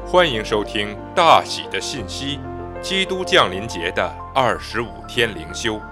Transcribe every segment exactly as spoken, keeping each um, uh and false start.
欢迎收听大喜的信息，基督降临节的二十五天灵修。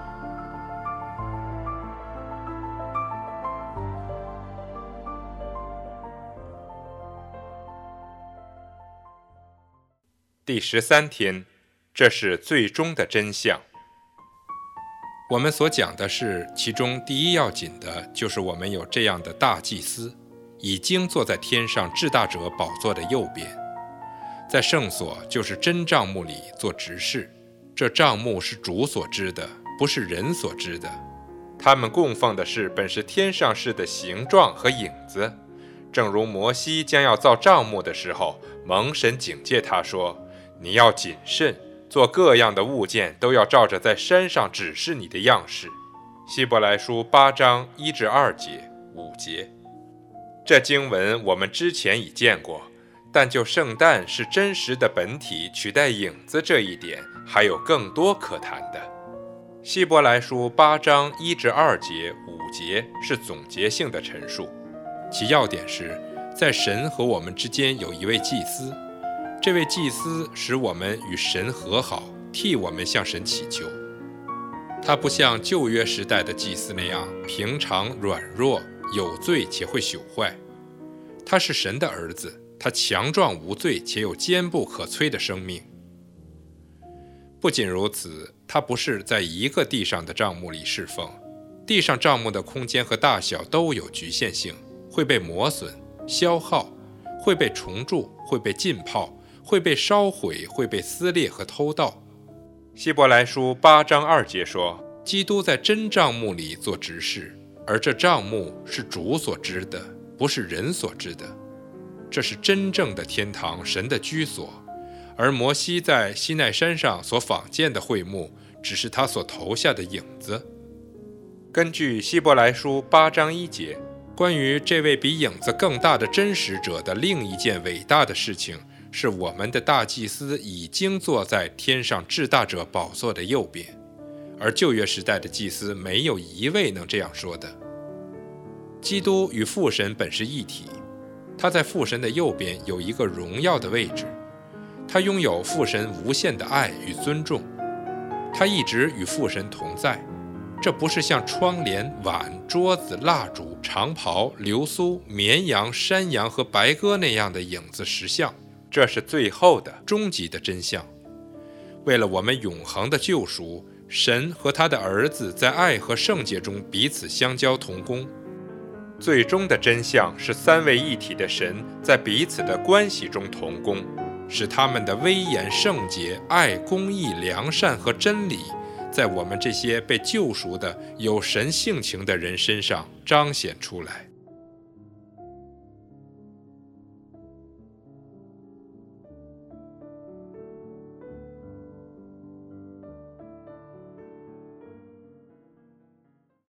第十三天，这是最终的真相。我们所讲的是，其中第一要紧的就是我们有这样的大祭司，已经坐在天上至大者宝座的右边，在圣所，就是真帐幕里做执事。这帐幕是主所知的，不是人所知的。他们供奉的是本是天上事的形状和影子，正如摩西将要造帐幕的时候，蒙神警戒他说：你要谨慎，做各样的物件都要照着在山上指示你的样式。希伯来书八章一至二节、五节。这经文我们之前已见过，但就圣诞是真实的本体取代影子这一点，还有更多可谈的。希伯来书八章一至二节、五节是总结性的陈述，其要点是在神和我们之间有一位祭司，这位祭司使我们与神和好，替我们向神祈求。他不像旧约时代的祭司那样平常软弱有罪且会朽坏，他是神的儿子，他强壮无罪且有坚不可摧的生命。不仅如此，他不是在一个地上的帐幕里侍奉，地上帐幕的空间和大小都有局限性，会被磨损、消耗，会被虫蛀，会被浸泡，会被烧毁，会被撕裂和偷盗。希伯来书八章二节说，基督在真帐幕里做执事，而这帐幕是主所知的，不是人所知的。这是真正的天堂，神的居所。而摩西在西奈山上所访见的会幕，只是他所投下的影子。根据希伯来书八章一节，关于这位比影子更大的真实者的另一件伟大的事情，是我们的大祭司已经坐在天上至大者宝座的右边，而旧约时代的祭司没有一位能这样说的。基督与父神本是一体，他在父神的右边有一个荣耀的位置，他拥有父神无限的爱与尊重，他一直与父神同在。这不是像窗帘、碗、桌子、蜡烛、长袍、流苏、绵羊、山羊和白鸽那样的影子实像，这是最后的终极的真相。为了我们永恒的救赎，神和他的儿子在爱和圣洁中彼此相交同工。最终的真相是三位一体的神在彼此的关系中同工，使他们的威严、圣洁、爱、公义、良善和真理在我们这些被救赎的有神性情的人身上彰显出来。